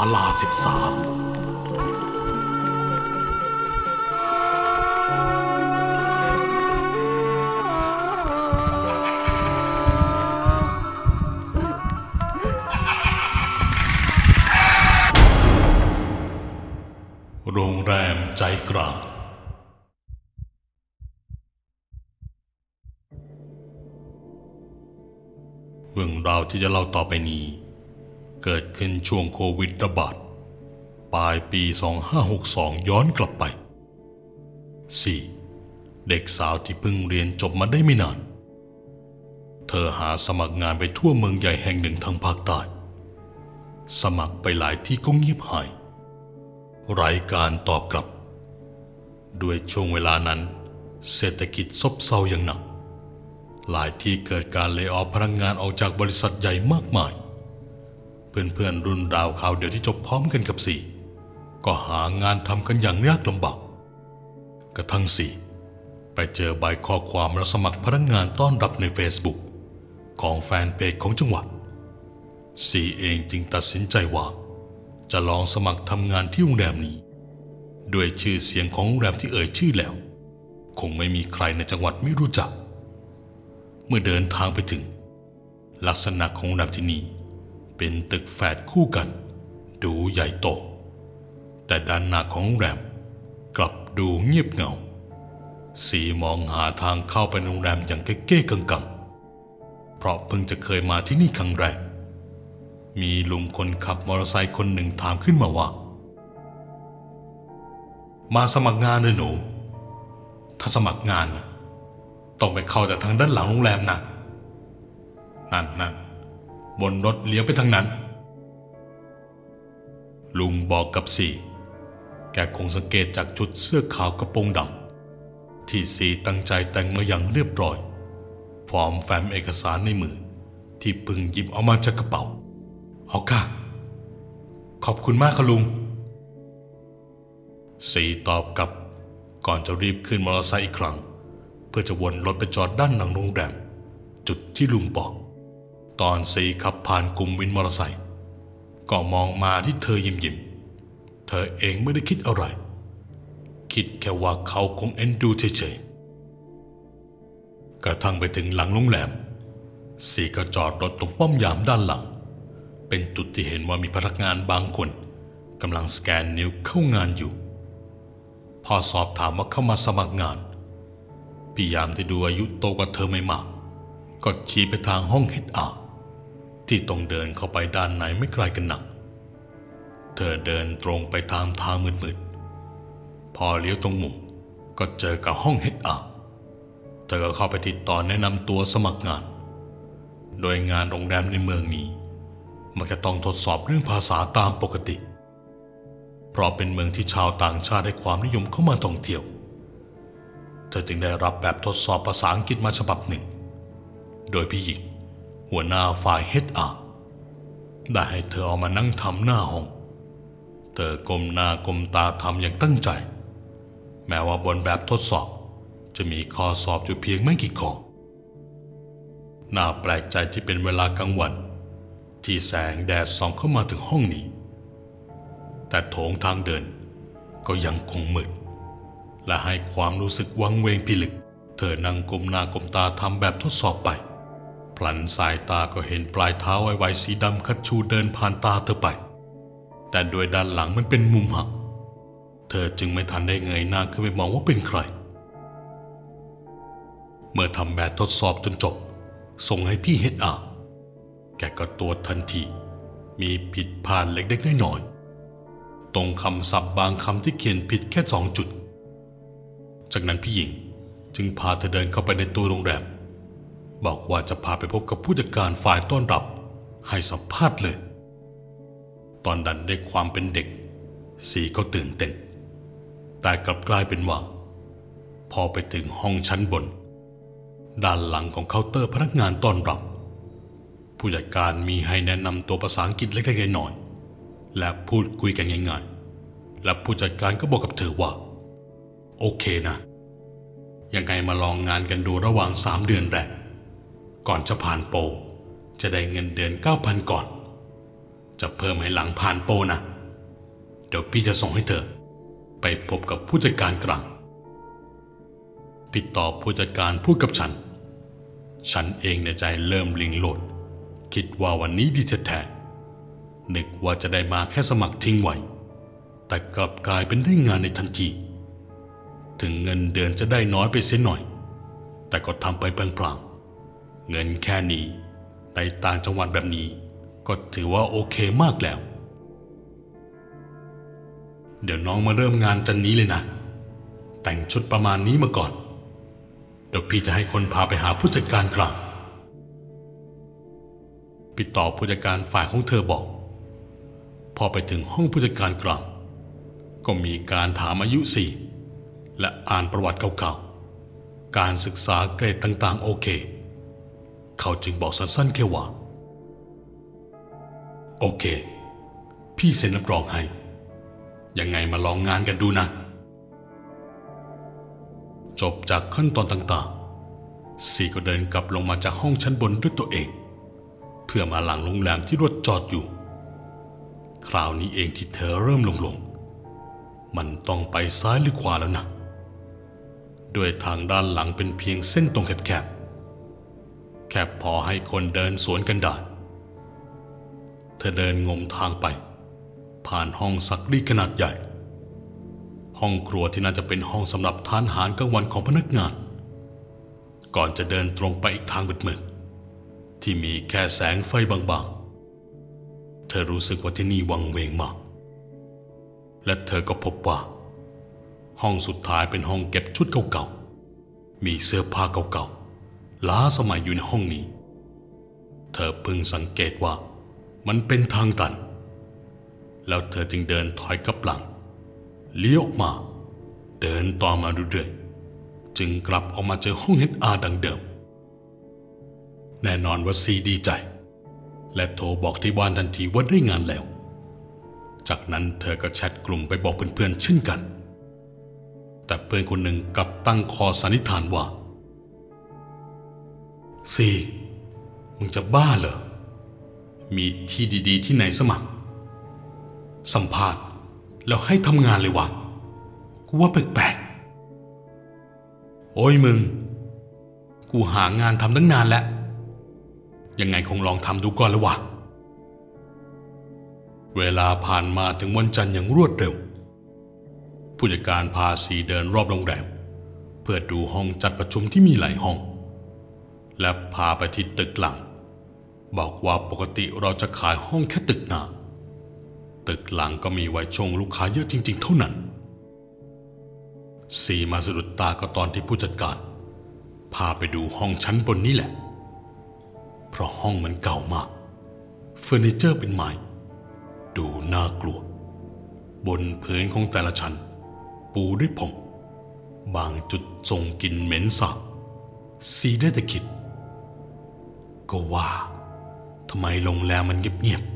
ลา13โรงแรมใจกลางเรื่องราวที่จะเล่าต่อไปนี้เกิดขึ้นช่วงโควิดระบาดปลายปี2562ย้อนกลับไป 4. เด็กสาวที่เพิ่งเรียนจบมาได้ไม่นานเธอหาสมัครงานไปทั่วเมืองใหญ่แห่งหนึ่งทางภาคใต้สมัครไปหลายที่ก็เงียบหายไร้การตอบกลับด้วยช่วงเวลานั้นเศรษฐกิจซบเซาอย่างหนักหลายที่เกิดการเลย์ออฟพนักงานออกจากบริษัทใหญ่มากมายเพื่อนๆรุ่นราวข่าวเดียวที่จบพร้อมกันกับสี่ก็หางานทำกันอย่างยากลำบากกระทั่งสี่ไปเจอใบข้อความรับสมัครพนักงานต้อนรับใน Facebook ของแฟนเพจของจังหวัดสี่เองจึงตัดสินใจว่าจะลองสมัครทำงานที่โรงแรมนี้ด้วยชื่อเสียงของโรงแรมที่เอ่ยชื่อแล้วคงไม่มีใครในจังหวัดไม่รู้จักเมื่อเดินทางไปถึงลักษณะของโรงแรมที่นี่เป็นตึกแฝดคู่กันดูใหญ่โตแต่ด้านหน้าของโรงแรมกลับดูเงียบเหงาสีมองหาทางเข้าไปโรงแรมอย่างเก้ๆกังๆเพราะเพิ่งจะเคยมาที่นี่ครั้งแรกมีลุงคนขับมอเตอร์ไซค์คนหนึ่งถามขึ้นมาว่ามาสมัครงานเลยหนูถ้าสมัครงานต้องไปเข้าแต่ทางด้านหลังโรงแรมนะนั่นบนรถเลี้ยวไปทางนั้นลุงบอกกับสี่แกคงสังเกตจากชุดเสื้อขาวกระโปรงดำที่สี่ตั้งใจแต่งมาอย่างเรียบร้อยพร้อมแฟ้มเอกสารในมือที่เพิ่งหยิบเอามาจากกระเป๋าเอาค่ะขอบคุณมากค่ะลุงสีตอบกลับก่อนจะรีบขึ้นมอเตอร์ไซค์อีกครั้งเพื่อจะวนรถไปจอดด้านหลังโรงแรมจุดที่ลุงบอกตอนสีขับผ่านกลุ่มวินมอเตอร์ไซค์ก็มองมาที่เธอยิ้มเธอเองไม่ได้คิดอะไรคิดแค่ว่าเขาคงเอ็นดูเฉยๆกระทั่งไปถึงหลังโรงแรมสีก็จอดรถตรงป้อมยามด้านหลังเป็นจุดที่เห็นว่ามีพนักงานบางคนกำลังสแกนนิ้วเข้างานอยู่พอสอบถามว่าเข้ามาสมัครงานพี่ยามที่ดูอายุโตกว่าเธอไม่มากก็ชี้ไปทางห้อง HR ที่ต้องเดินเข้าไปด้านในไม่ไกลกันนักเธอเดินตรงไปทางมืดๆพอเลี้ยวตรงมุมก็เจอกับห้อง HR เธอก็เข้าไปติดต่อแนะนำตัวสมัครงานโดยงานโรงแรมในเมืองนี้มันจะต้องทดสอบเรื่องภาษาตามปกติเพราะเป็นเมืองที่ชาวต่างชาติให้ความนิยมเข้ามาท่องเที่ยวเธอจึงได้รับแบบทดสอบภาษาอังกฤษมาฉบับหนึ่งโดยพี่หญิงหัวหน้าฝ่าย HR ได้ให้เธอเอามานั่งทำหน้าห้องเธอก้มหน้าก้มตาทำอย่างตั้งใจแม้ว่าบนแบบทดสอบจะมีข้อสอบอยู่เพียงไม่กี่ข้อน่าแปลกใจที่เป็นเวลากลางวันที่แสงแดดส่องเข้ามาถึงห้องนี้แต่โถงทางเดินก็ยังคงมืดและให้ความรู้สึกวังเวงพิลึกเธอนั่งก้มหน้าก้มตาทำแบบทดสอบไปพลันสายตาก็เห็นปลายเท้าไวๆสีดำคัดชูเดินผ่านตาเธอไปแต่โดยด้านหลังมันเป็นมุมหักเธอจึงไม่ทันได้เงยหน้าขึ้นไปมองว่าเป็นใครเมื่อทำแบบทดสอบจนจบส่งให้พี่ HR แกก็ตรวจทันทีมีผิดพลาดเล็กๆน้อยๆตรงคำศัพท์บางคำที่เขียนผิดแค่2 จุดจากนั้นพี่หญิงจึงพาเธอเดินเข้าไปในตัวโรงแรมบอกว่าจะพาไปพบกับผู้จัดการฝ่ายต้อนรับให้สัมภาษณ์เลยตอนนั้นได้ความเป็นเด็กสีก็ตื่นเต้นแต่กลับกลายเป็นว่าพอไปถึงห้องชั้นบนด้านหลังของเคาน์เตอร์พนักงานต้อนรับผู้จัดการมีให้แนะนำตัวภาษาอังกฤษเล็กๆน้อยๆและพูดคุยกันง่ายๆและผู้จัดการก็บอกกับเธอว่าโอเคนะยังไงมาลองงานกันดูระหว่าง3 เดือนแรกก่อนจะผ่านโปรจะได้เงินเดือน 9,000 ก่อนจะเพิ่มให้หลังผ่านโปรนะเดี๋ยวพี่จะส่งให้เธอไปพบกับผู้จัดการกลางพี่ตอบผู้จัดการพูดกับฉันเองในใจเริ่มลิงโลดคิดว่าวันนี้ดีแท้ๆนึกว่าจะได้มาแค่สมัครทิ้งไว้แต่กลับกลายเป็นได้งานในทันทีถึงเงินเดือนจะได้น้อยไปเสียหน่อยแต่ก็ทำไปพลางๆเงินแค่นี้ในต่างจังหวัดแบบนี้ก็ถือว่าโอเคมากแล้วเดี๋ยวน้องมาเริ่มงานจันนี้เลยนะแต่งชุดประมาณนี้มาก่อนเดี๋ยวพี่จะให้คนพาไปหาผู้จัดการกลางพี่ต่อผู้จัดการฝ่ายของเธอบอกพอไปถึงห้องผู้จัดการกลางก็มีการถามอายุและอ่านประวัติเก่าๆการศึกษาเกรดต่างๆโอเคเขาจึงบอกสั้นๆแค่ว่าโอเคพี่เซ็นรับรองให้ยังไงมาลองงานกันดูนะจบจากขั้นตอนต่างๆก็เดินกลับลงมาจากห้องชั้นบนด้วยตัวเองเพื่อมาหลังโรงแรมที่รถจอดอยู่คราวนี้เองที่เธอเริ่มลงมันต้องไปซ้ายหรือขวาแล้วนะด้วยทางด้านหลังเป็นเพียงเส้นตรงแคบพอให้คนเดินสวนกันได้เธอเดินงมทางไปผ่านห้องซักรีดขนาดใหญ่ห้องครัวที่น่าจะเป็นห้องสำหรับทานอาหารกลางวันของพนักงานก่อนจะเดินตรงไปอีกทางมืดๆที่มีแค่แสงไฟบางๆเธอรู้สึกว่าที่นี่วังเวงมากและเธอก็พบว่าห้องสุดท้ายเป็นห้องเก็บชุดเก่าๆมีเสื้อผ้าเก่าๆล้าสมัยอยู่ในห้องนี้เธอเพิ่งสังเกตว่ามันเป็นทางตันแล้วเธอจึงเดินถอยกลับหลังเลี้ยวออกมาเดินต่อมาเรื่อยๆจึงกลับออกมาเจอห้องHRดังเดิมแน่นอนว่าดีใจและโทรบอกที่บ้านทันทีว่าได้งานแล้วจากนั้นเธอก็แชทกลุ่มไปบอกเพื่อนๆเช่นกันแต่เพื่อนคนหนึ่งกลับตั้งข้อสันนิษฐานว่ามึงจะบ้าเหรอมีที่ดีๆที่ไหนสมัครสัมภาษณ์แล้วให้ทำงานเลยวะกูว่าแปลกๆโอ้ยมึงกูหางานทำตั้งนานแล้วยังไงคงลองทำดูก่อนแล้ววะเวลาผ่านมาถึงวันจันทร์อย่างรวดเร็วผู้จัดการพาเดินรอบโรงแรมเพื่อดูห้องจัดประชุมที่มีหลายห้องและพาไปที่ตึกหลังบอกว่าปกติเราจะขายห้องแค่ตึกหน้าตึกหลังก็มีไว้ชงลูกค้าเยอะจริงๆเท่านั้นมาสะดุดตาก็ตอนที่ผู้จัดการพาไปดูห้องชั้นบนนี้แหละเพราะห้องมันเก่ามากเฟอร์นิเจอร์เป็นไม้ดูน่ากลัวบนพื้นของแต่ละชั้นปูด้วยผงบางจุดส่งกลิ่นเหม็นสาบได้แต่คิดก็ว่าทำไมโรงแรมมันเงียบ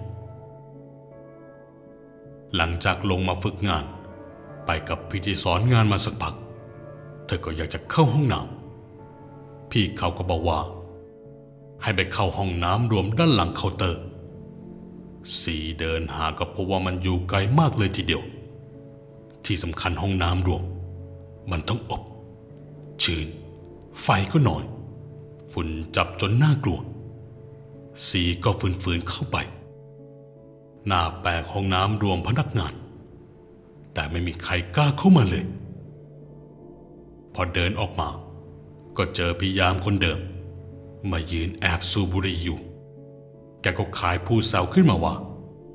ๆหลังจากลงมาฝึกงานไปกับพี่ที่สอนงานมาสักพักเธอก็อยากจะเข้าห้องน้ำพี่เขาก็บอกว่าให้ไปเข้าห้องน้ำรวมด้านหลังเคาน์เตอร์เดินหาก็พบว่ามันอยู่ไกลมากเลยทีเดียวที่สำคัญห้องน้ำรวมมันต้องอบชื้นไฟก็น้อยฝุ่นจับจนน่ากลัวก็ฝืนๆเข้าไปหน้าแปลกห้องน้ำรวมพนักงานแต่ไม่มีใครกล้าเข้ามาเลยพอเดินออกมาก็เจอพี่ยามคนเดิมมายืนแอบสูบบุหรี่อยู่แกก็ขายพูดแซวขึ้นมาว่า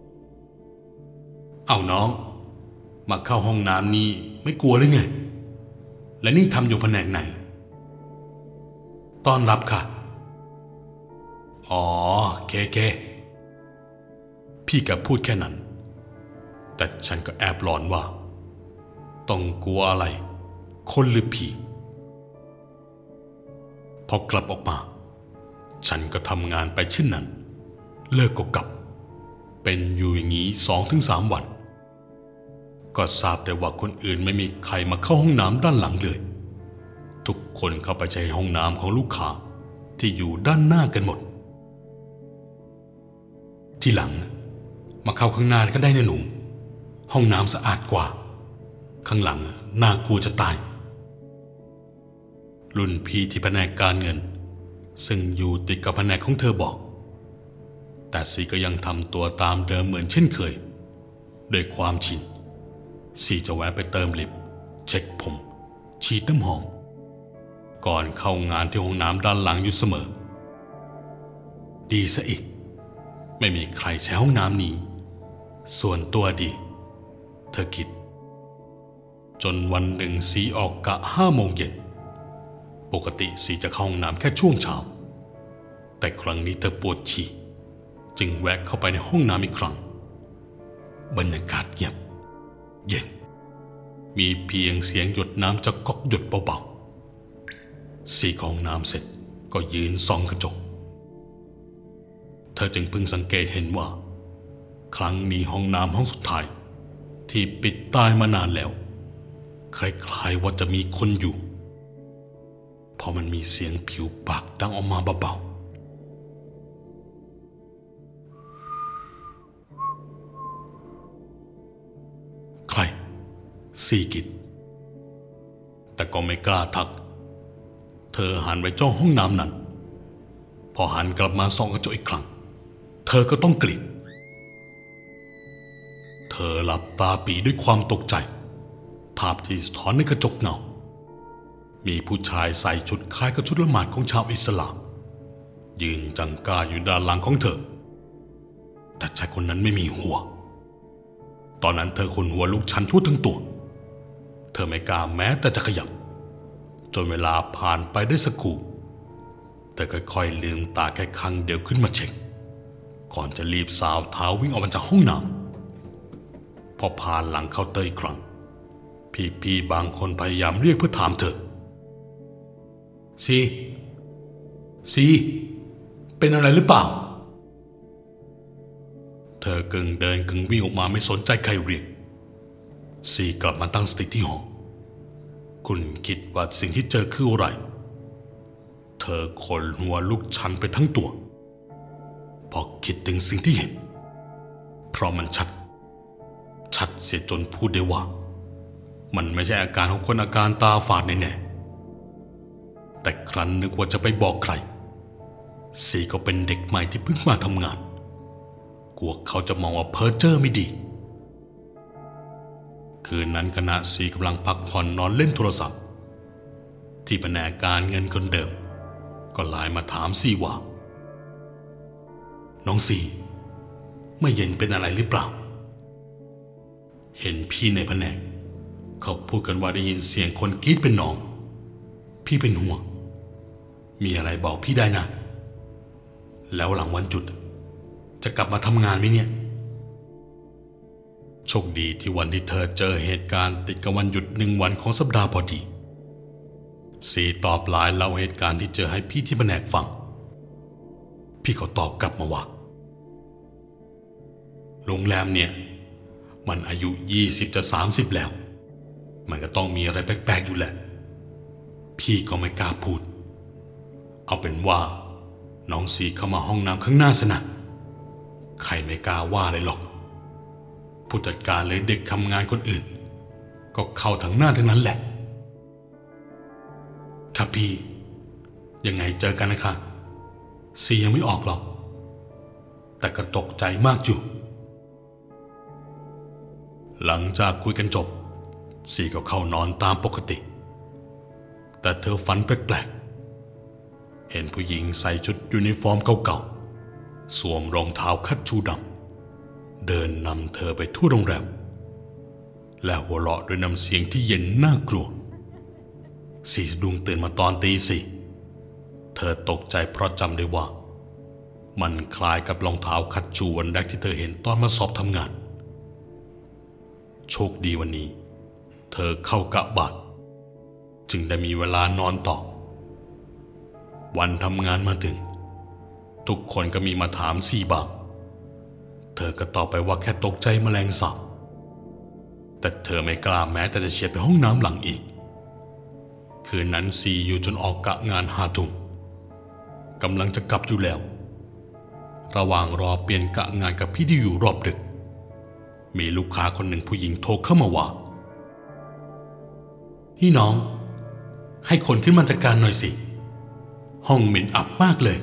เอาน้องมาเข้าห้องน้ำนี่ไม่กลัวเลยไงและนี่ทำอยู่แผนกไหนต้อนรับค่ะอ๋อเคพี่แกพูดแค่นั้นแต่ฉันก็แอบหลอนว่าต้องกลัวอะไรคนหรือผีพอกลับออกมาฉันก็ทำงานไปเช่นนั้นเลิกก็กลับเป็นอยู่อย่างนี้ 2-3 วันก็ทราบได้ว่าคนอื่นไม่มีใครมาเข้าห้องน้ำด้านหลังเลยทุกคนเข้าไปใช้ห้องน้ำของลูกค้าที่อยู่ด้านหน้ากันหมดทีหลังมาเข้าข้างหน้าก็ได้นะหนูห้องน้ำสะอาดกว่าข้างหลังน่ากลัวจะตายรุ่นพี่ที่แผนกการเงินซึ่งอยู่ติดกับแผนกของเธอบอกแต่ซีก็ยังทำตัวตามเดิมเหมือนเช่นเคยด้วยความชินซีจะแวะไปเติมลิปเช็คผมฉีดน้ำหอมก่อนเข้างานที่ห้องน้ำด้านหลังอยู่เสมอดีซะอีกไม่มีใครใช้ห้องน้ำนี้ส่วนตัวดีเธอคิดจนวันหนึ่งซีออกกะ5 โมงเย็นปกติซีจะเข้าห้องน้ำแค่ช่วงเช้าแต่ครั้งนี้เธอปวดฉี่จึงแวะเข้าไปในห้องน้ำอีกครั้งบรรยากาศเงียบเย็นมีเพียงเสียงหยดน้ำจากก๊อกหยดเบาๆซีเข้าห้องน้ำเสร็จก็ยืนส่องกระจกเธอจึงเพิ่งสังเกตเห็นว่าครั้งนี้ห้องน้ำห้องสุดท้ายที่ปิดตายมานานแล้วคล้ายๆว่าจะมีคนอยู่พอมันมีเสียงผิวปากดังออกมาเบาๆใครซีกิดแต่ก็ไม่กล้าทักเธอหันไปจ้องห้องน้ำนั้นพอหันกลับมาส่องกระจกอีกครั้งเธอก็ต้องกรีดเธอหลับตาปีด้วยความตกใจภาพที่สะท้อนในกระจกเงามีผู้ชายใส่ชุดคล้ายกับชุดละหมาดของชาวอิสลามยืนจังก้าอยู่ด้านหลังของเธอแต่ชายคนนั้นไม่มีหัวตอนนั้นเธอขนหัวลุกชันทั่วทั้งตัวเธอไม่กล้าแม้แต่จะขยับจนเวลาผ่านไปได้สักครู่เธอค่อยๆลืมตาแค่ครั้งเดียวขึ้นมาเช็คก่อนจะรีบสาวเท้าวิ่งออกมาจากห้องน้ำพอผ่านหลังเคาน์เตอร์อีกครั้งพี่บางคนพยายามเรียกเพื่อถามเธอซีเป็นอะไรหรือเปล่าเธอกึ่งเดินกึ่งวิ่งออกมาไม่สนใจใครเรียกซีกลับมาตั้งสติที่ห้องคุณคิดว่าสิ่งที่เจอคืออะไรเธอขนหัวลุกชันไปทั้งตัวพอคิดถึงสิ่งที่เห็นเพราะมันชัดเสียจนพูดได้ว่ามันไม่ใช่อาการของคนอาการตาฝาดแน่ๆแต่ครั้นนึกว่าจะไปบอกใครซีก็เป็นเด็กใหม่ที่เพิ่งมาทำงานกลัวเขาจะมองว่าเพ้อเจ้อไม่ดีคืนนั้นขณะซีกำลังพักผ่อนนอนเล่นโทรศัพท์ที่แผนกการเงินคนเดิมก็ไลน์มาถามซีว่าน้องซีเมื่อเย็นเป็นอะไรหรือเปล่าเห็นพี่ในแผนกเขาพูดกันว่าได้ยินเสียงคนกรี๊ดเป็นน้องพี่เป็นห่วงมีอะไรบอกพี่ได้นะแล้วหลังวันหยุดจะกลับมาทำงานไหมเนี่ยโชคดีที่วันที่เธอเจอเหตุการณ์ติดกับวันหยุด1 วันของสัปดาห์พอดีซีตอบไลน์เล่าเหตุการณ์ที่เจอให้พี่ที่แผนกฟังพี่เขาตอบกลับมาว่าโรงแรมเนี่ยมันอายุ20จะ30แล้วมันก็ต้องมีอะไรแปลกๆอยู่แหละพี่ก็ไม่กล้าพูดเอาเป็นว่าน้องซีเข้ามาห้องน้ำข้างหน้าซะนะใครไม่กล้าว่าเลยหรอกผู้จัดการเลยเด็กทำงานคนอื่นก็เข้าทางหน้าทั้งนั้นแหละครับพี่ยังไงเจอกันนะคะซียังไม่ออกหรอกแต่ก็ตกใจมากอยู่หลังจากคุยกันจบซีก็เข้านอนตามปกติแต่เธอฝันแปลกๆเห็นผู้หญิงใส่ชุดยูนิฟอร์มเก่าๆสวมรองเท้าคัชชูดำเดินนำเธอไปทั่วโรงแรมและหัวเราะด้วยน้ำเสียงที่เย็นน่ากลัวซีสะดุ้งตื่นมาตอนตี 4เธอตกใจเพราะจำได้ว่ามันคล้ายกับรองเท้าคัชชูวันแรกที่เธอเห็นตอนมาสอบทำงานโชคดีวันนี้เธอเข้ากะบาดจึงได้มีเวลานอนต่อวันทำงานมาถึงทุกคนก็มีมาถามซีบ้างเธอก็ตอบไปว่าแค่ตกใจแมลงสาบแต่เธอไม่กล้าแม้แต่จะเฉียดไปห้องน้ำหลังอีกคืนนั้นซีอยู่จนออกกะงาน5 ทุ่มกำลังจะกลับอยู่แล้วระหว่างรอเปลี่ยนกะงานกับพี่ที่อยู่รอบดึกมีลูกค้าคนหนึ่งผู้หญิงโทรเข้ามาว่าพี่น้องให้คนขึ้นมาจัดการหน่อยสิห้องเหม็นอับมากเลย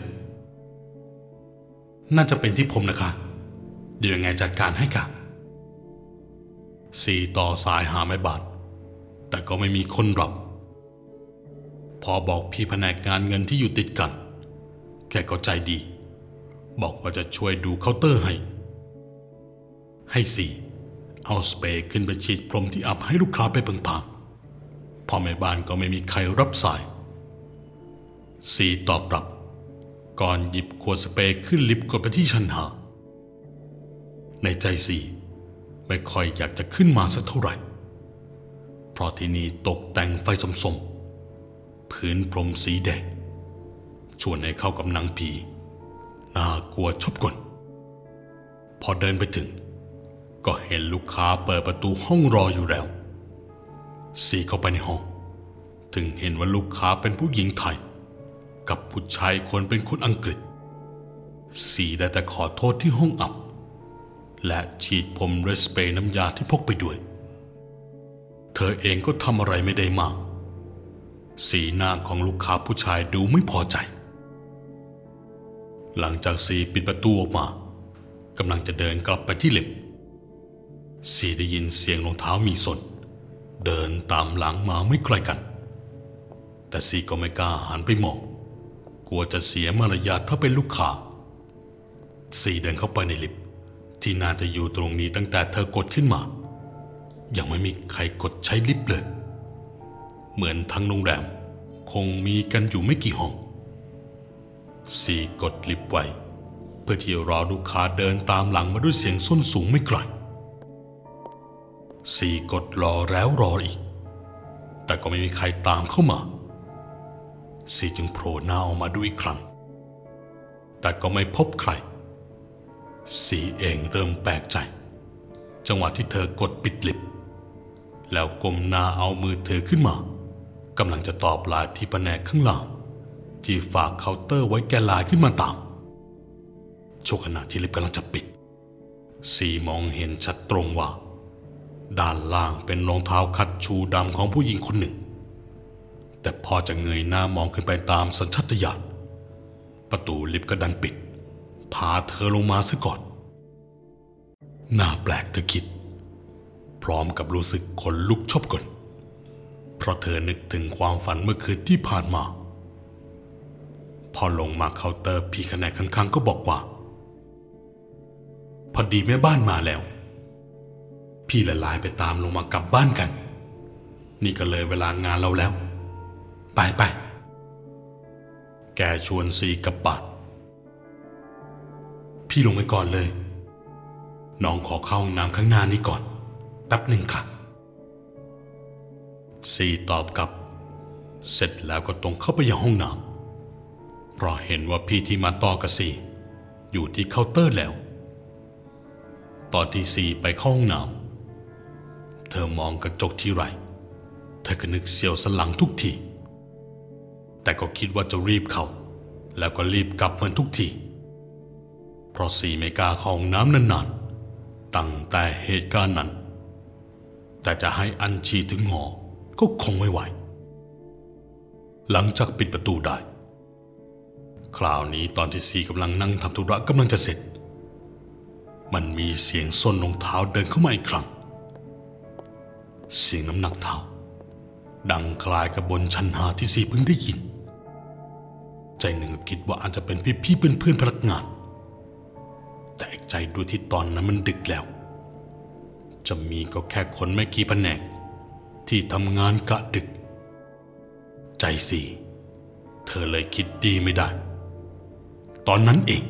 น่าจะเป็นที่ผมนะคะเดี๋ยวยังไงจัดการให้ค่ะซีต่อสายหาไม้บาดแต่ก็ไม่มีคนรับพอบอกพี่แผนกงานเงินที่อยู่ติดกันแกก็ใจดีบอกว่าจะช่วยดูเคาน์เตอร์ให้ซีเอาสเปรย์ขึ้นไปฉีดพรมที่อับให้ลูกค้าไปพางๆพอแม่บ้านก็ไม่มีใครรับสายซีตอบรับก่อนหยิบขวดสเปรย์ขึ้นลิฟต์กดไปที่ชั้น5ในใจซีไม่ค่อยอยากจะขึ้นมาสักเท่าไหร่เพราะที่นี่ตกแต่งไฟสมๆพื้นพรมสีแดงชวนให้เข้ากับหนังผีน่ากลัวชอบกลพอเดินไปถึงก็เห็นลูกค้าเปิดประตูห้องรออยู่แล้วซีเข้าไปในห้องถึงเห็นว่าลูกค้าเป็นผู้หญิงไทยกับผู้ชายคนเป็นคนอังกฤษซีได้แต่ขอโทษที่ห้องอับและฉีดผมด้วยสเปรย์น้ำยาที่พกไปด้วยเธอเองก็ทำอะไรไม่ได้มากสีหน้าของลูกค้าผู้ชายดูไม่พอใจหลังจากซีปิดประตูออกมากำลังจะเดินกลับไปที่ลิฟต์ซีได้ยินเสียงรองเท้ามีส้นเดินตามหลังมาไม่ไกลกันแต่ซีก็ไม่กล้าหันไปมองกลัวจะเสียมารยาทถ้าเป็นลูกค้าซีเดินเข้าไปในลิฟต์ที่น่าจะอยู่ตรงนี้ตั้งแต่เธอกดขึ้นมายังไม่มีใครกดใช้ลิฟต์เลยเหมือนทั้งโรงแรมคงมีกันอยู่ไม่กี่ห้องซีกดลิฟต์ไว้เพื่อที่จะรอลูกค้าเดินตามหลังมาด้วยเสียงส้นสูงไม่ไกลซีกดรอแล้วรออีกแต่ก็ไม่มีใครตามเข้ามาซีจึงโผล่หน้าออกมาดูอีกครั้งแต่ก็ไม่พบใครซีเองเริ่มแปลกใจจังหวะที่เธอกดปิดลิฟต์แล้วก้มหน้าเอามือถือขึ้นมากำลังจะตอบไลน์ที่แผนกข้างล่างที่ฝากเคาน์เตอร์ไว้แกไลน์ขึ้นมาตามช่วงขณะที่ลิฟต์กำลังจะปิดซีมองเห็นชัดตรงว่าด้านล่างเป็นรองเท้าคัชชูดำของผู้หญิงคนหนึ่งแต่พอจะเงยหน้ามองขึ้นไปตามสัญชาตญาณประตูลิฟต์ก็ดันปิดพาเธอลงมาซะก่อนน่าแปลกเธอคิดพร้อมกับรู้สึกขนลุกชอบกลเพราะเธอนึกถึงความฝันเมื่อคืนที่ผ่านมาพอลงมาเคาน์เตอร์พี่แผนกข้างๆก็บอกว่าพอดีแม่บ้านมาแล้วพี่ละลายไปตามลงมากลับบ้านกันนี่ก็เลยเวลางานเราแล้วไปแกชวนซีกลับบ้านพี่ลงไปก่อนเลยน้องขอเข้าห้องน้ำข้างหน้านี้ก่อนแป๊บหนึ่งค่ะซีตอบกลับเสร็จแล้วก็ตรงเข้าไปยังห้องน้ำเพราะเห็นว่าพี่ที่มาต่อกับซีอยู่ที่เคาน์เตอร์แล้วตอนที่ซีไปเข้าห้องน้ำเธอมองกระจกที่ไรเธอก็นึกเสียวสันหลังทุกทีแต่ก็คิดว่าจะรีบเข้าแล้วก็รีบกลับเหมือนทุกทีเพราะซีไม่กล้าเข้าห้องน้ำนานๆตั้งแต่เหตุการณ์นั้นแต่จะให้อัญชีถึงหอก็คงไม่ไหวหลังจากปิดประตูได้คราวนี้ตอนที่ซีกำลังนั่งทำธุระกำลังจะเสร็จมันมีเสียงส้นรองเท้าเดินเข้ามาอีกครั้งเสียงน้ำหนักเท้าดังคล้ายกับบนชั้น5ที่ซีเพิ่งได้ยินใจหนึ่งคิดว่าอาจจะเป็นพี่ๆเพื่อนๆพนักงานแต่อีกใจด้วยที่ตอนนั้นมันดึกแล้วจะมีก็แค่คนไม่กี่แผนกที่ทำงานกะดึกใจซีเธอเลยคิดดีไม่ได้ตอนนั้นเอง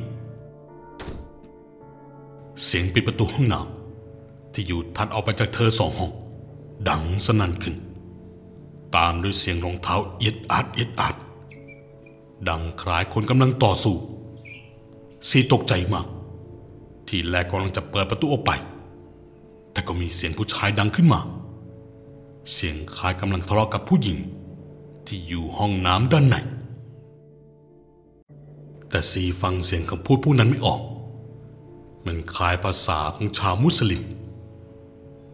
เสียงปิดประตูห้องน้ำที่อยู่ถัดออกไปจากเธอ2 ห้องดังสนั่นขึ้นตามด้วยเสียงรองเท้าเอียดอาดดังคล้ายคนกำลังต่อสู้ซีตกใจมากที่แรกกำลังจะเปิดประตูออกไปแต่ก็มีเสียงผู้ชายดังขึ้นมาเสียงคล้ายกำลังทะเลาะกับผู้หญิงที่อยู่ห้องน้ำด้านในแต่ซีฟังเสียงคำพูดผู้นั้นไม่ออกมันคล้ายภาษาของชาวมุสลิม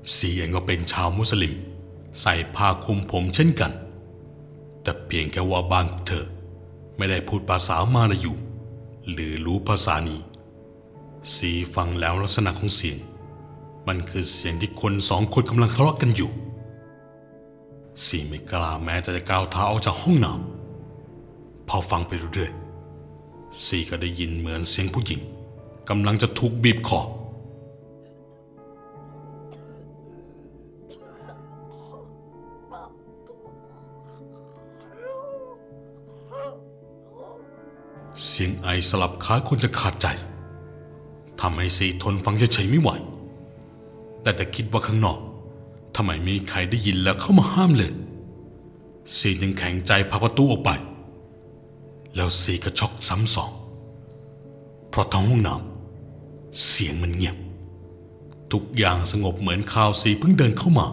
ซีเองก็เป็นชาวมุสลิมใส่ผ้าคลุมผมเช่นกันแต่เพียงแค่ว่าบ้านของเธอไม่ได้พูดภาษามาลายูหรือรู้ภาษานี้ซีฟังแล้วลักษณะของเสียงมันคือเสียงที่คนสองคนกำลังทะเลาะกันอยู่ซีไม่กล้าแม้แต่จะก้าวเท้าออกจากห้องน้ำพอฟังไปเรื่อยๆซีก็ได้ยินเหมือนเสียงผู้หญิงกำลังจะถูกบีบคอเสียงไอสลับคล้ายคนจะขาดใจทำให้ซีทนฟังเฉยๆไม่ไหวแต่คิดว่าข้างนอกทำไมไม่มีใครได้ยินแล้วเข้ามาห้ามเลยซีจึงแข็งใจผลักประตูออกไปแล้วซีก็ช็อกซ้ำสองเพราะทั้งห้องน้ำเสียงมันเงียบทุกอย่างสงบเหมือนข่าวซีเพิ่งเดินเข้ามา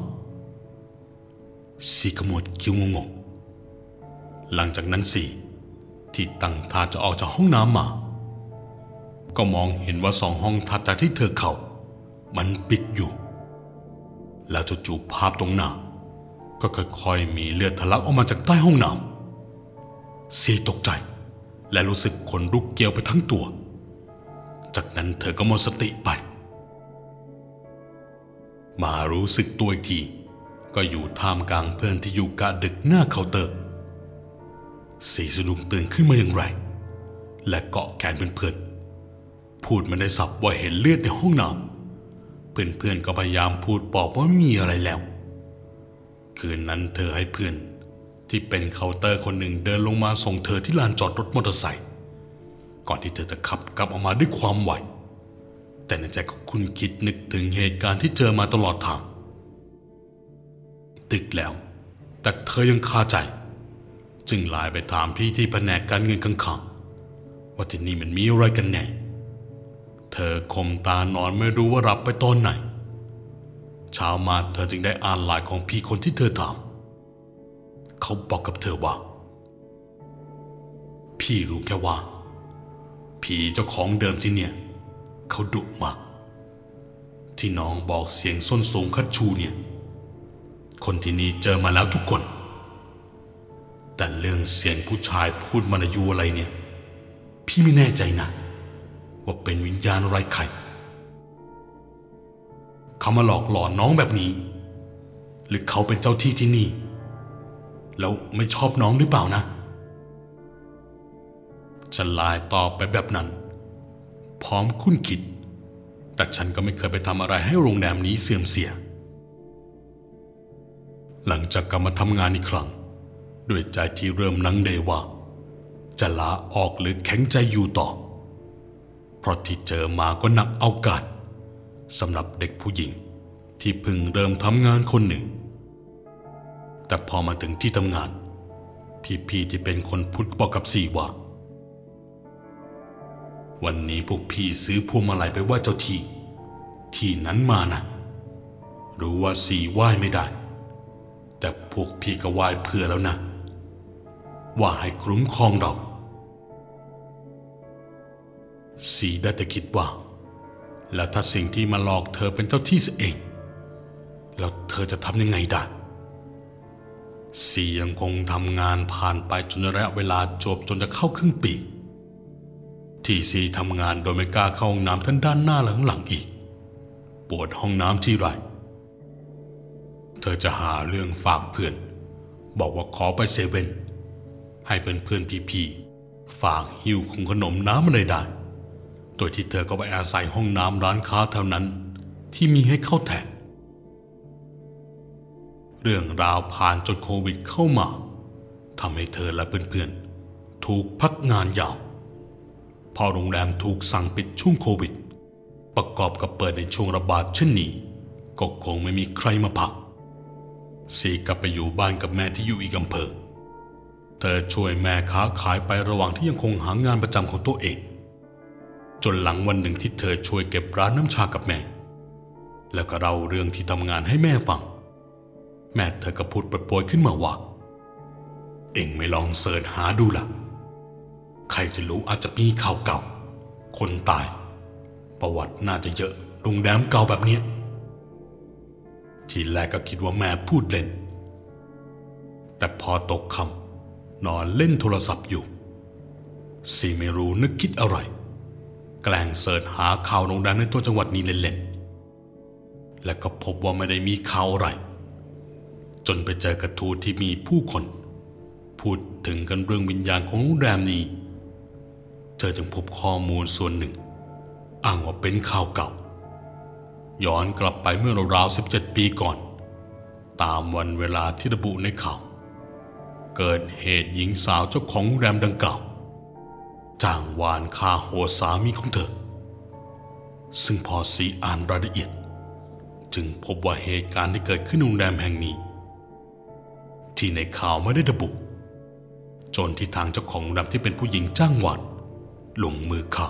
ซีขมวดคิ้วงงๆหลังจากนั้นซีที่ตั้งท่าจะออกจากห้องน้ำมาก็มองเห็นว่า2 ห้องถัดจากที่เธอเข้ามันปิดอยู่แล้วจู่ๆภาพตรงหน้าก็ค่อยๆมีเลือดทะลักออกมาจากใต้ห้องน้ำซีตกใจและรู้สึกขนลุกเกลียวไปทั้งตัวจากนั้นเธอก็หมดสติไปมารู้สึกตัวอีกทีก็อยู่ท่ามกลางเพื่อนที่อยู่กะดึกหน้าเคาน์เตอร์ซีสะดุ้งตื่นขึ้นมาอย่างแรงและเกาะแขนเพื่อนๆพูดไม่ได้สับว่าเห็นเลือดในห้องน้ำเพื่อนๆก็พยายามพูดบอกว่าไม่มีอะไรแล้วคืนนั้นเธอให้เพื่อนที่เป็นเคาน์เตอร์คนหนึ่งเดินลงมาส่งเธอที่ลานจอดรถมอเตอร์ไซค์ก่อนที่เธอจะขับกลับออกมาด้วยความไวแต่ในใจของคุณคิดนึกถึงเหตุการณ์ที่เจอมาตลอดทางตึกแล้วแต่เธอยังคาใจจึงไลน์ไปถามพี่ที่แผนกการเงินข้างๆว่าที่นี่มันมีอะไรกันแน่เธอคมตานอนไม่รู้ว่ารับไปตอนไหนเช้ามาเธอจึงได้อ่านไลน์ของพี่คนที่เธอถามเขาบอกกับเธอว่าพี่รู้แค่ว่าผีเจ้าของเดิมที่เนี่ยเขาดุมากที่น้องบอกเสียงส้นสูงคัดชูเนี่ยคนที่นี่เจอมาแล้วทุกคนแต่เรื่องเสียงผู้ชายพูดมาลายูอะไรเนี่ยพี่ไม่แน่ใจนะว่าเป็นวิญญาณอะไรใครเขามาหลอกหลอนน้องแบบนี้หรือเขาเป็นเจ้าที่ที่นี่แล้วไม่ชอบน้องหรือเปล่านะฉันไลน์ตอบไปแบบนั้นพร้อมคุ้นคิดแต่ฉันก็ไม่เคยไปทำอะไรให้โรงแรมนี้เสื่อมเสียหลังจากกลับมาทำงานอีกครั้งด้วยใจที่เริ่มลังเลว่าจะลาออกหรือแข็งใจอยู่ต่อเพราะที่เจอมาก็หนักเอาการสำหรับเด็กผู้หญิงที่เพิ่งเริ่มทำงานคนหนึ่งแต่พอมาถึงที่ทำงานพี่ที่เป็นคนพุทธบอกกับซีว่าวันนี้พวกพี่ซื้อพวงมาลัยไปไหว้เจ้าที่นั้นมานะรู้ว่าซีไหว้ไม่ได้แต่พวกพี่ก็ไหว้เพื่อแล้วนะว่าให้คุ้มครองเราซีได้แต่คิดว่าแล้วถ้าสิ่งที่มาหลอกเธอเป็นเจ้าที่ซะเองแล้วเธอจะทำยังไงได้ซียังคงทำงานผ่านไปจนระยะเวลาจบจนจะเข้าครึ่งปีที่ซีทำงานโดยไม่กล้าเข้าห้องน้ำทั้งด้านหน้าและข้างหลังอีกปวดห้องน้ำที่ไรเธอจะหาเรื่องฝากเพื่อนบอกว่าขอไปเซเว่นให้เพื่อนพี่ฝากหิ้วของขนมน้ำอะไรได้โดยที่เธอก็ไปอาศัยห้องน้ำร้านค้าเท่านั้นที่มีให้เข้าแทนเรื่องราวผ่านจนโควิดเข้ามาทำให้เธอและเพื่อนๆถูกพักงานยาวพอโรงแรมถูกสั่งปิดช่วงโควิดประกอบกับเปิดในช่วงระบาดเช่นนี้ก็คงไม่มีใครมาพักซีกลับไปอยู่บ้านกับแม่ที่อยู่อีกอำเภอเธอช่วยแม่ค้าขายไประหว่างที่ยังคงหางานประจำของตัวเองจนหลังวันหนึ่งที่เธอช่วยเก็บร้านน้ำชากับแม่แล้วก็เล่าเรื่องที่ทำงานให้แม่ฟังแม่เธอก็พูดโปรยขึ้นมาว่าเอ็งไม่ลองเสิร์ชหาดูล่ะใครจะรู้อาจจะมีข่าวเก่าคนตายประวัติน่าจะเยอะโรงแรมเก่าแบบเนี้ยทีแรกก็คิดว่าแม่พูดเล่นแต่พอตกค่ำนอนเล่นโทรศัพท์อยู่ซีไม่รู้นึกคิดอะไรแกล้งเสิร์ชหาข่าวโรงแรมในตัวจังหวัดนี้เล่นๆและก็พบว่าไม่ได้มีข่าวอะไรจนไปเจอกระทู้ที่มีผู้คนพูดถึงกันเรื่องวิญญาณของโรงแรมนี้เธอจึงพบข้อมูลส่วนหนึ่งอ้างว่าเป็นข่าวเก่าย้อนกลับไปเมื่อราวๆ17 ปีก่อนตามวันเวลาที่ระบุในข่าวเกิดเหตุหญิงสาวเจ้าของโรงแรมดังกล่าวจ้างวานฆ่าโหดสามีของเธอซึ่งพอซีอ่านรายละเอียดจึงพบว่าเหตุการณ์ที่เกิดขึ้นในโรงแรมแห่งนี้ที่ในข่าวไม่ได้ระบุจนที่ทางเจ้าของโรงแรมที่เป็นผู้หญิงจ้างวานลงมือฆ่า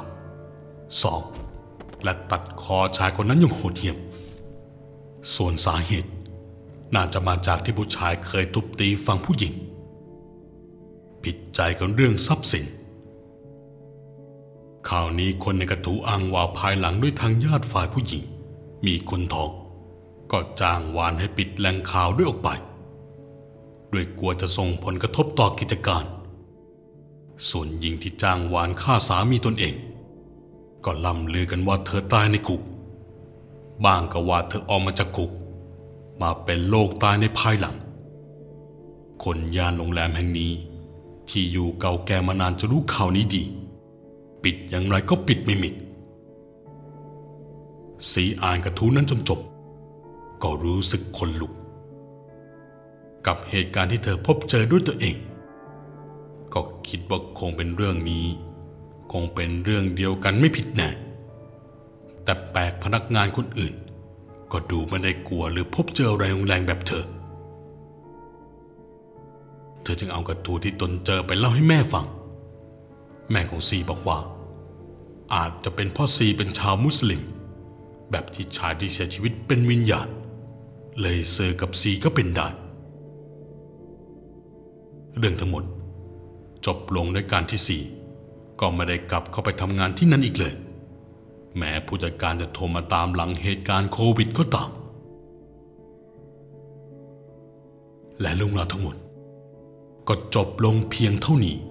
2และตัดคอชายคนนั้นอย่างโหดเหี้ยมส่วนสาเหตุน่าจะมาจากที่ผู้ชายเคยทุบตีฝั่งผู้หญิงผิดใจกันเรื่องทรัพย์สินข่าวนี้คนในกระทู้อ้างว่าภายหลังด้วยทางญาติฝ่ายผู้หญิงมีคนท้องก็จ้างวานให้ปิดแหล่งข่าวด้วยออกไปด้วยกลัวจะส่งผลกระทบต่อกิจการส่วนหญิงที่จ้างวานฆ่าสามีตนเองก็ล่ำลือกันว่าเธอตายในคุกบ้างก็ว่าเธอออกมาจากคุกมาเป็นโรคตายในภายหลังคนย่านโรงแรมแห่งนี้ที่อยู่เก่าแก่มานานจะรู้ข่าวนี้ดีปิดอย่างไรก็ปิดไม่มิดสีอ่านกระทู้นั้นจนจบก็รู้สึกขนลุกกับเหตุการณ์ที่เธอพบเจอด้วยตัวเองก็คิดว่าคงเป็นเรื่องนี้คงเป็นเรื่องเดียวกันไม่ผิดแน่แต่แปลกพนักงานคนอื่นก็ดูไม่ได้กลัวหรือพบเจออะไรแรงแบบเธอจึงเอากระทู้ที่ตนเจอไปเล่าให้แม่ฟังแม่ของซีบอกว่าอาจจะเป็นเพราะซีเป็นชาวมุสลิมแบบที่ชายที่เสียชีวิตเป็นวิญญาณเลยสื่อกับซีก็เป็นได้เรื่องทั้งหมดจบลงด้วยการที่ซีก็ไม่ได้กลับเข้าไปทำงานที่นั่นอีกเลยแม้ผู้จัดการจะโทรมาตามหลังเหตุการณ์โควิดก็ตามและเรื่องราวทั้งหมดก็จบลงเพียงเท่านี้